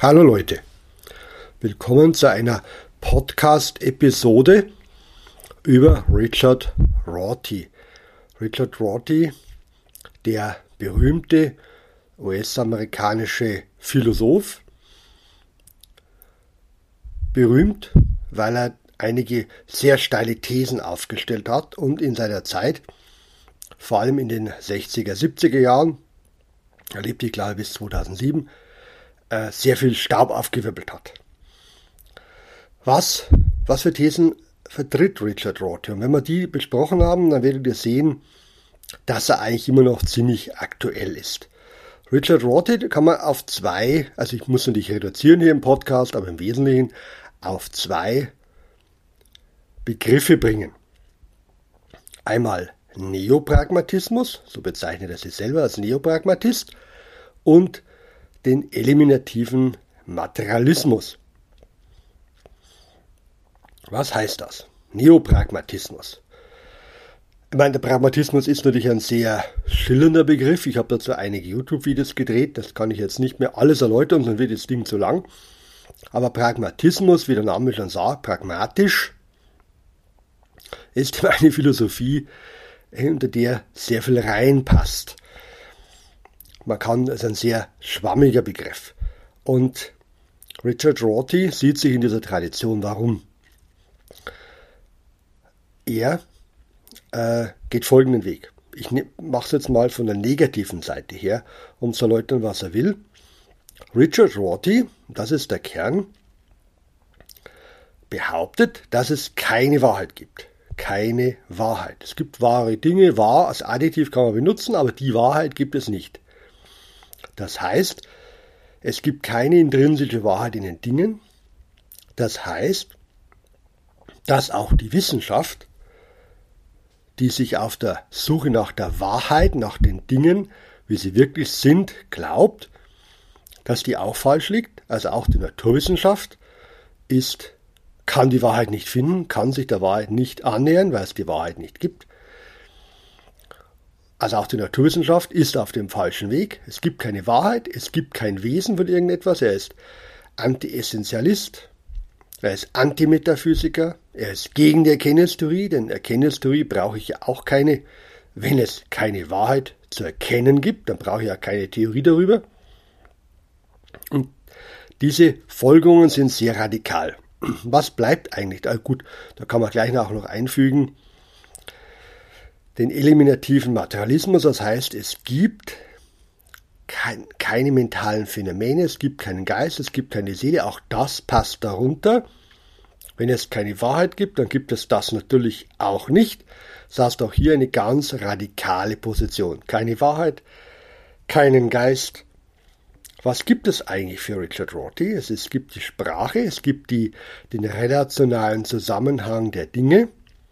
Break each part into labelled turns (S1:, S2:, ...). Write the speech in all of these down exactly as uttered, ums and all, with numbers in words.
S1: Hallo Leute, willkommen zu einer Podcast-Episode über Richard Rorty. Richard Rorty, der berühmte U S-amerikanische Philosoph, berühmt, weil er einige sehr steile Thesen aufgestellt hat und in seiner Zeit, vor allem in den sechziger, siebziger Jahren, er lebte, ich glaube, bis zweitausendsieben, sehr viel Staub aufgewirbelt hat. Was, was für Thesen vertritt Richard Rorty? Und wenn wir die besprochen haben, dann werdet ihr sehen, dass er eigentlich immer noch ziemlich aktuell ist. Richard Rorty kann man auf zwei, also ich muss natürlich reduzieren hier im Podcast, aber im Wesentlichen auf zwei Begriffe bringen. Einmal Neopragmatismus, so bezeichnet er sich selber als Neopragmatist, und den eliminativen Materialismus. Was heißt das? Neopragmatismus. Ich meine, der Pragmatismus ist natürlich ein sehr schillernder Begriff. Ich habe dazu einige YouTube-Videos gedreht. Das kann ich jetzt nicht mehr alles erläutern, sonst wird das Ding zu lang. Aber Pragmatismus, wie der Name schon sagt, pragmatisch, ist eine Philosophie, hinter der sehr viel reinpasst. Man kann, das ist ein sehr schwammiger Begriff. Und Richard Rorty sieht sich in dieser Tradition. Warum? Er äh, geht folgenden Weg. Ich ne, mache es jetzt mal von der negativen Seite her, um zu erläutern, was er will. Richard Rorty, das ist der Kern, behauptet, dass es keine Wahrheit gibt. Keine Wahrheit. Es gibt wahre Dinge, wahr als Adjektiv kann man benutzen, aber die Wahrheit gibt es nicht. Das heißt, es gibt keine intrinsische Wahrheit in den Dingen. Das heißt, dass auch die Wissenschaft, die sich auf der Suche nach der Wahrheit, nach den Dingen, wie sie wirklich sind, glaubt, dass die auch falsch liegt. Also auch die Naturwissenschaft ist, kann die Wahrheit nicht finden, kann sich der Wahrheit nicht annähern, weil es die Wahrheit nicht gibt. Also auch die Naturwissenschaft ist auf dem falschen Weg. Es gibt keine Wahrheit, es gibt kein Wesen von irgendetwas. Er ist Anti-Essentialist, er ist Antimetaphysiker, er ist gegen die Erkenntnistheorie, denn Erkenntnistheorie brauche ich ja auch keine. Wenn es keine Wahrheit zu erkennen gibt, dann brauche ich ja keine Theorie darüber. Und diese Folgerungen sind sehr radikal. Was bleibt eigentlich? Ah, gut, da kann man gleich auch noch einfügen, den eliminativen Materialismus, das heißt, es gibt kein, keine mentalen Phänomene, es gibt keinen Geist, es gibt keine Seele, auch das passt darunter. Wenn es keine Wahrheit gibt, dann gibt es das natürlich auch nicht. Das heißt auch hier eine ganz radikale Position. Keine Wahrheit, keinen Geist. Was gibt es eigentlich für Richard Rorty? Es, es gibt die Sprache, es gibt die, den relationalen Zusammenhang der Dinge.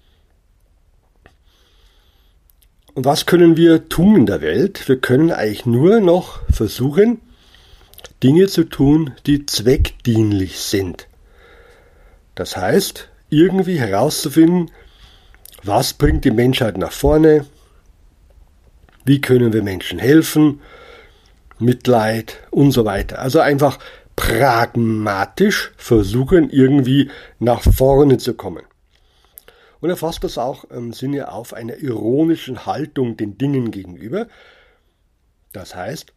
S1: Und was können wir tun in der Welt? Wir können eigentlich nur noch versuchen, Dinge zu tun, die zweckdienlich sind. Das heißt, irgendwie herauszufinden, was bringt die Menschheit nach vorne, wie können wir Menschen helfen, Mitleid und so weiter. Also einfach pragmatisch versuchen, irgendwie nach vorne zu kommen. Und er fasst das auch im Sinne auf einer ironischen Haltung den Dingen gegenüber. Das heißt,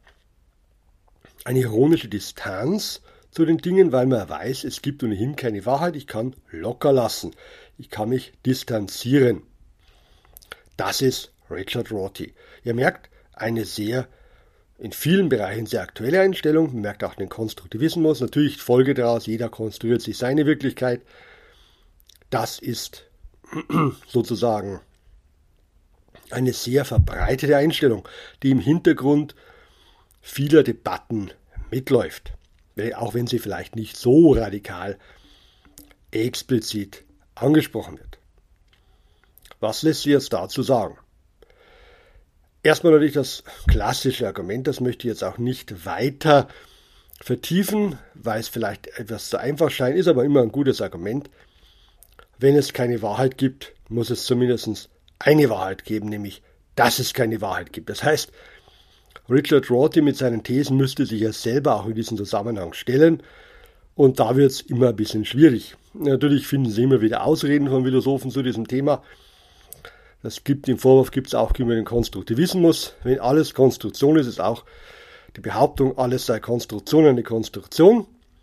S1: eine ironische Distanz zu den Dingen, weil man weiß, es gibt ohnehin keine Wahrheit, ich kann locker lassen, ich kann mich distanzieren. Das ist Richard Rorty. Ihr merkt, eine sehr, in vielen Bereichen sehr aktuelle Einstellung, man merkt auch den Konstruktivismus, natürlich Folge daraus, jeder konstruiert sich seine Wirklichkeit. Das ist sozusagen eine sehr verbreitete Einstellung, die im Hintergrund vieler Debatten mitläuft, auch wenn sie vielleicht nicht so radikal explizit angesprochen wird. Was lässt sich jetzt dazu sagen? Erstmal natürlich das klassische Argument, das möchte ich jetzt auch nicht weiter vertiefen, weil es vielleicht etwas zu einfach scheint, ist aber immer ein gutes Argument. Wenn es keine Wahrheit gibt, muss es zumindest eine Wahrheit geben, nämlich, dass es keine Wahrheit gibt. Das heißt, Richard Rorty mit seinen Thesen müsste sich ja selber auch in diesen Zusammenhang stellen. Und da wird es immer ein bisschen schwierig. Natürlich finden sie immer wieder Ausreden von Philosophen zu diesem Thema. Das gibt, den Vorwurf gibt es auch über den Konstruktivismus. Wenn alles Konstruktion ist, ist auch die Behauptung, alles sei Konstruktion eine Konstruktion.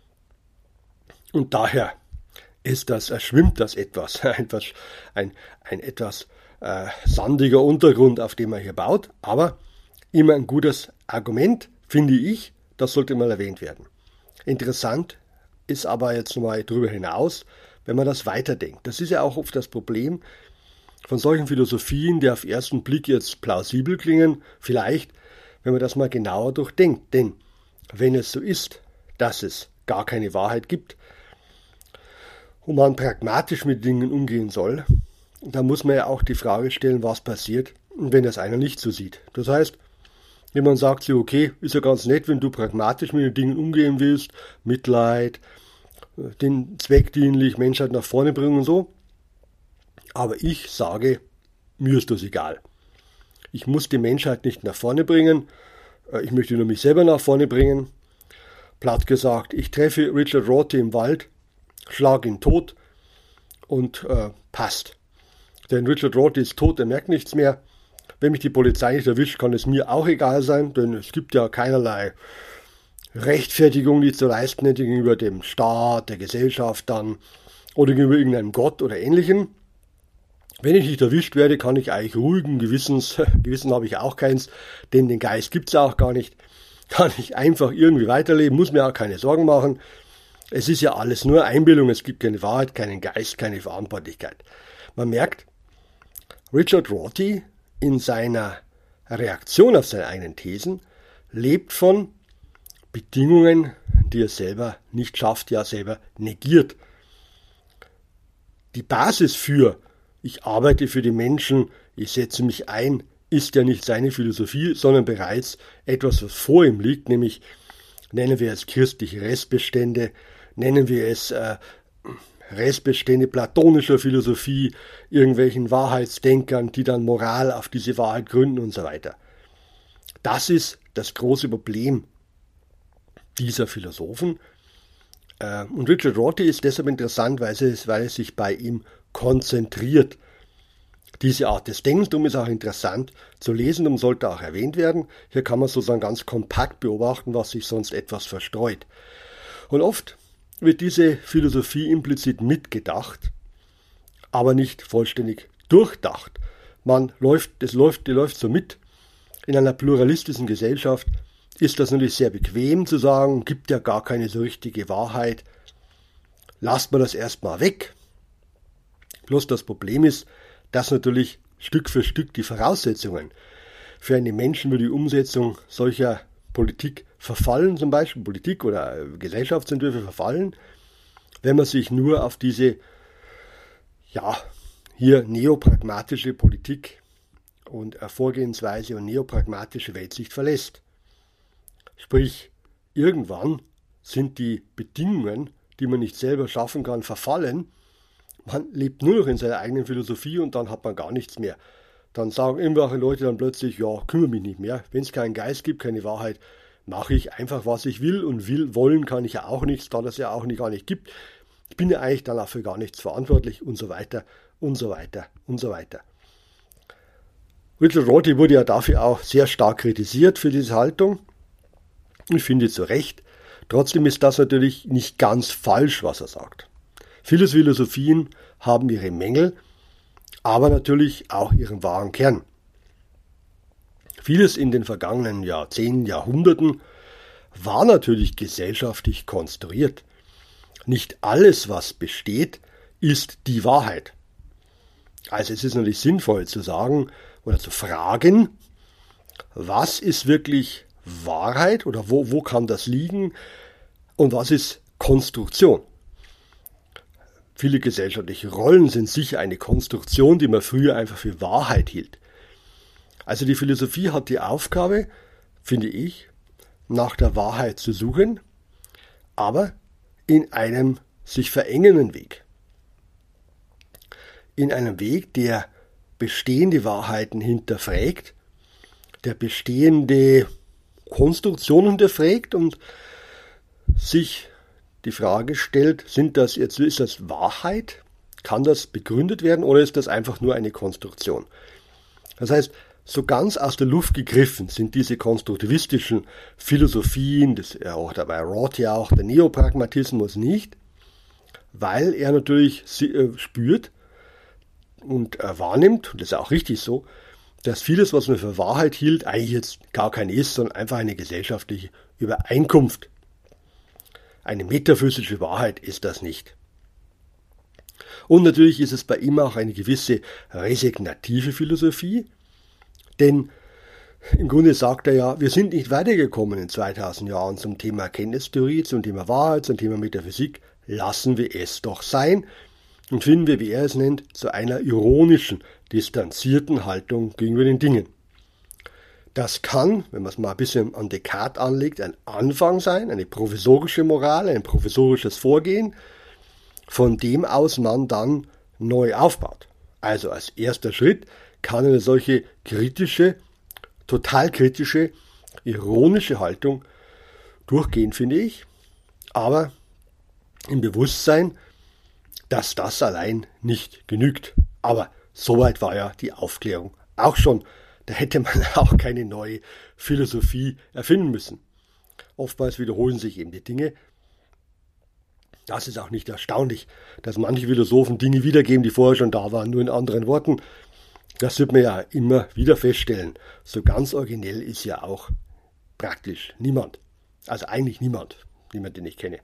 S1: Und daher ist das, schwimmt das etwas, ein, ein, ein etwas äh, sandiger Untergrund, auf dem man hier baut. Aber immer ein gutes Argument, finde ich, das sollte mal erwähnt werden. Interessant ist aber jetzt nochmal darüber hinaus, wenn man das weiterdenkt. Das ist ja auch oft das Problem von solchen Philosophien, die auf den ersten Blick jetzt plausibel klingen, vielleicht, wenn man das mal genauer durchdenkt. Denn wenn es so ist, dass es gar keine Wahrheit gibt und man pragmatisch mit Dingen umgehen soll, dann muss man ja auch die Frage stellen, was passiert, wenn das einer nicht so sieht. Das heißt, wenn man sagt, so, okay, ist ja ganz nett, wenn du pragmatisch mit den Dingen umgehen willst, Mitleid, den Zweck dienlich, Menschheit nach vorne bringen und so. Aber ich sage, mir ist das egal. Ich muss die Menschheit nicht nach vorne bringen, ich möchte nur mich selber nach vorne bringen. Platt gesagt, ich treffe Richard Rorty im Wald, schlage ihn tot und äh, passt. Denn Richard Rorty ist tot, er merkt nichts mehr. Wenn mich die Polizei nicht erwischt, kann es mir auch egal sein, denn es gibt ja keinerlei Rechtfertigung, die zu leisten hätte gegenüber dem Staat, der Gesellschaft dann oder gegenüber irgendeinem Gott oder Ähnlichem. Wenn ich nicht erwischt werde, kann ich eigentlich ruhigen Gewissens, Gewissen habe ich auch keins, denn den Geist gibt es ja auch gar nicht, kann ich einfach irgendwie weiterleben, muss mir auch keine Sorgen machen. Es ist ja alles nur Einbildung, es gibt keine Wahrheit, keinen Geist, keine Verantwortlichkeit. Man merkt, Richard Rorty in seiner Reaktion auf seine eigenen Thesen lebt von Bedingungen, die er selber nicht schafft, ja selber negiert. Die Basis für ich arbeite für die Menschen, ich setze mich ein, ist ja nicht seine Philosophie, sondern bereits etwas, was vor ihm liegt, nämlich nennen wir es christliche Restbestände, nennen wir es äh, Restbestände platonischer Philosophie, irgendwelchen Wahrheitsdenkern, die dann Moral auf diese Wahrheit gründen und so weiter. Das ist das große Problem dieser Philosophen. Und Richard Rorty ist deshalb interessant, weil es, weil es sich bei ihm konzentriert. Diese Art des Denkens ist auch interessant zu lesen und sollte auch erwähnt werden. Hier kann man sozusagen ganz kompakt beobachten, was sich sonst etwas verstreut. Und oft wird diese Philosophie implizit mitgedacht, aber nicht vollständig durchdacht. Man läuft, das läuft, die läuft so mit. In einer pluralistischen Gesellschaft ist das natürlich sehr bequem zu sagen, gibt ja gar keine so richtige Wahrheit. Lasst man das erstmal weg. Bloß das Problem ist, dass natürlich Stück für Stück die Voraussetzungen für eine menschenwürdige Umsetzung solcher Politik verfallen, zum Beispiel Politik oder Gesellschaftsentwürfe verfallen, wenn man sich nur auf diese, ja, hier neopragmatische Politik und Vorgehensweise und neopragmatische Weltsicht verlässt. Sprich, irgendwann sind die Bedingungen, die man nicht selber schaffen kann, verfallen. Man lebt nur noch in seiner eigenen Philosophie und dann hat man gar nichts mehr. Dann sagen irgendwelche Leute dann plötzlich, ja, kümmere mich nicht mehr. Wenn es keinen Geist gibt, keine Wahrheit, mache ich einfach, was ich will. Und will, wollen kann ich ja auch nichts, da das ja auch nicht, gar nicht gibt. Ich bin ja eigentlich dann auch für gar nichts verantwortlich und so weiter und so weiter und so weiter. Richard Rorty wurde ja dafür auch sehr stark kritisiert für diese Haltung. Ich finde zu Recht. Trotzdem ist das natürlich nicht ganz falsch, was er sagt. Viele Philosophien haben ihre Mängel, aber natürlich auch ihren wahren Kern. Vieles in den vergangenen Jahrzehnten, Jahrhunderten war natürlich gesellschaftlich konstruiert. Nicht alles, was besteht, ist die Wahrheit. Also es ist natürlich sinnvoll zu sagen oder zu fragen, was ist wirklich Wahrheit oder wo, wo kann das liegen und was ist Konstruktion? Viele gesellschaftliche Rollen sind sicher eine Konstruktion, die man früher einfach für Wahrheit hielt. Also die Philosophie hat die Aufgabe, finde ich, nach der Wahrheit zu suchen, aber in einem sich verengenden Weg. In einem Weg, der bestehende Wahrheiten hinterfragt, der bestehende Konstruktionen hinterfragt und sich die Frage stellt, sind das jetzt, ist das Wahrheit? Kann das begründet werden oder ist das einfach nur eine Konstruktion? Das heißt, so ganz aus der Luft gegriffen sind diese konstruktivistischen Philosophien, das ja auch dabei Rorty auch, der Neopragmatismus nicht, weil er natürlich spürt und wahrnimmt, und das ist auch richtig so, dass vieles, was man für Wahrheit hielt, eigentlich jetzt gar keine ist, sondern einfach eine gesellschaftliche Übereinkunft. Eine metaphysische Wahrheit ist das nicht. Und natürlich ist es bei ihm auch eine gewisse resignative Philosophie, denn im Grunde sagt er ja, wir sind nicht weitergekommen in zweitausend Jahren zum Thema Erkenntnistheorie, zum Thema Wahrheit, zum Thema Metaphysik. Lassen wir es doch sein und finden wir, wie er es nennt, zu einer ironischen, distanzierten Haltung gegenüber den Dingen. Das kann, wenn man es mal ein bisschen an Descartes anlegt, ein Anfang sein, eine provisorische Moral, ein provisorisches Vorgehen, von dem aus man dann neu aufbaut. Also als erster Schritt kann eine solche kritische, total kritische, ironische Haltung durchgehen, finde ich, aber im Bewusstsein, dass das allein nicht genügt. Aber soweit war ja die Aufklärung auch schon. Da hätte man auch keine neue Philosophie erfinden müssen. Oftmals wiederholen sich eben die Dinge. Das ist auch nicht erstaunlich, dass manche Philosophen Dinge wiedergeben, die vorher schon da waren, nur in anderen Worten. Das wird man ja immer wieder feststellen. So ganz originell ist ja auch praktisch niemand. Also eigentlich niemand. Niemand, den ich kenne.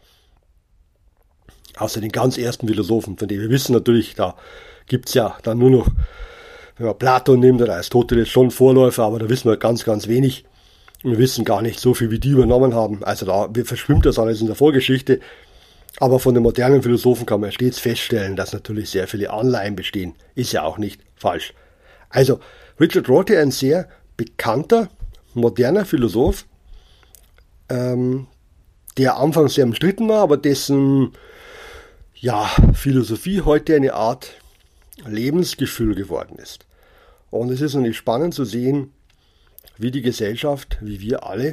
S1: Außer den ganz ersten Philosophen, von denen wir wissen natürlich, da gibt es ja dann nur noch, wenn man Platon nimmt oder Aristoteles, schon Vorläufer, aber da wissen wir ganz, ganz wenig. Und wir wissen gar nicht so viel, wie die übernommen haben. Also da verschwimmt das alles in der Vorgeschichte. Aber von den modernen Philosophen kann man stets feststellen, dass natürlich sehr viele Anleihen bestehen. Ist ja auch nicht falsch. Also Richard Rorty, ein sehr bekannter, moderner Philosoph, ähm, der anfangs sehr umstritten war, aber dessen ja, Philosophie heute eine Art Lebensgefühl geworden ist. Und es ist natürlich spannend zu sehen, wie die Gesellschaft, wie wir alle,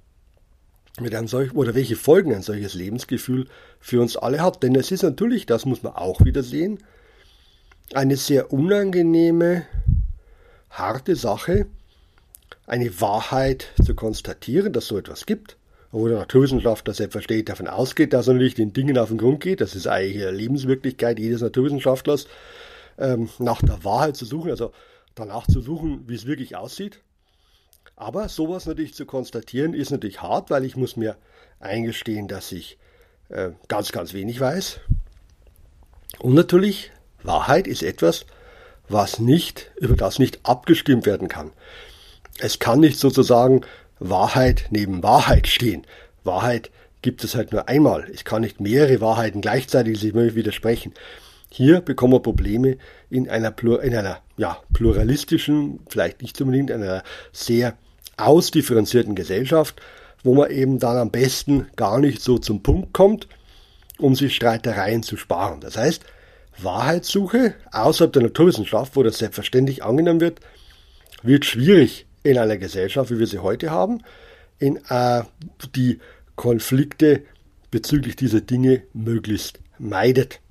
S1: mit einem solchen, oder welche Folgen ein solches Lebensgefühl für uns alle hat. Denn es ist natürlich, das muss man auch wieder sehen, eine sehr unangenehme, harte Sache, eine Wahrheit zu konstatieren, dass so etwas gibt. Obwohl der Naturwissenschaftler selbstverständlich davon ausgeht, dass er natürlich den Dingen auf den Grund geht. Das ist eigentlich eine Lebenswirklichkeit jedes Naturwissenschaftlers, ähm, nach der Wahrheit zu suchen, also danach zu suchen, wie es wirklich aussieht. Aber sowas natürlich zu konstatieren, ist natürlich hart, weil ich muss mir eingestehen, dass ich äh, ganz, ganz wenig weiß. Und natürlich, Wahrheit ist etwas, was nicht, über das nicht abgestimmt werden kann. Es kann nicht sozusagen Wahrheit neben Wahrheit stehen. Wahrheit gibt es halt nur einmal. Es kann nicht mehrere Wahrheiten gleichzeitig sich widersprechen. Hier bekommen wir Probleme in einer, in einer ja, pluralistischen, vielleicht nicht unbedingt einer sehr ausdifferenzierten Gesellschaft, wo man eben dann am besten gar nicht so zum Punkt kommt, um sich Streitereien zu sparen. Das heißt, Wahrheitssuche außerhalb der Naturwissenschaft, wo das selbstverständlich angenommen wird, wird schwierig in einer Gesellschaft, wie wir sie heute haben, in äh, die Konflikte bezüglich dieser Dinge möglichst meidet.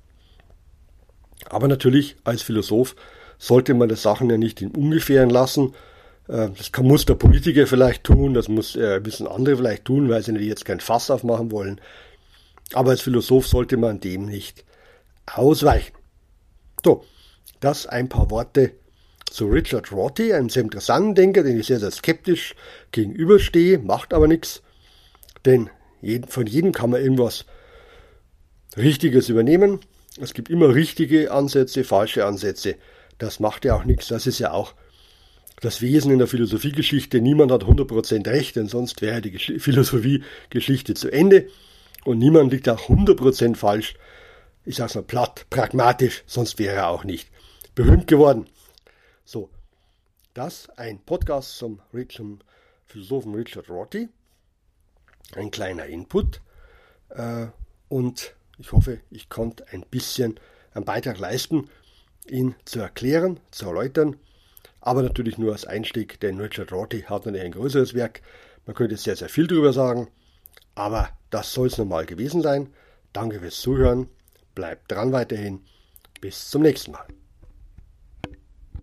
S1: Aber natürlich als Philosoph sollte man das Sachen ja nicht im Ungefähren lassen. Äh, das kann, muss der Politiker vielleicht tun, das muss, äh, müssen andere vielleicht tun, weil sie natürlich jetzt kein Fass aufmachen wollen. Aber als Philosoph sollte man dem nicht ausweichen. So, das ein paar Worte zu Richard Rorty, einem sehr interessanten Denker, den ich sehr, sehr skeptisch gegenüberstehe, macht aber nichts, denn von jedem kann man irgendwas Richtiges übernehmen. Es gibt immer richtige Ansätze, falsche Ansätze. Das macht ja auch nichts. Das ist ja auch das Wesen in der Philosophiegeschichte. Niemand hat hundert Prozent recht, denn sonst wäre die Philosophiegeschichte zu Ende. Und niemand liegt auch hundert Prozent falsch. Ich sage es mal platt, pragmatisch, sonst wäre er auch nicht berühmt geworden. So, das ein Podcast zum, zum Philosophen Richard Rorty. Ein kleiner Input. Äh, und ich hoffe, ich konnte ein bisschen einen Beitrag leisten, ihn zu erklären, zu erläutern. Aber natürlich nur als Einstieg, denn Richard Rorty hat natürlich ein größeres Werk. Man könnte sehr, sehr viel drüber sagen, aber das soll es nun mal gewesen sein. Danke fürs Zuhören, bleibt dran weiterhin. Bis zum nächsten Mal.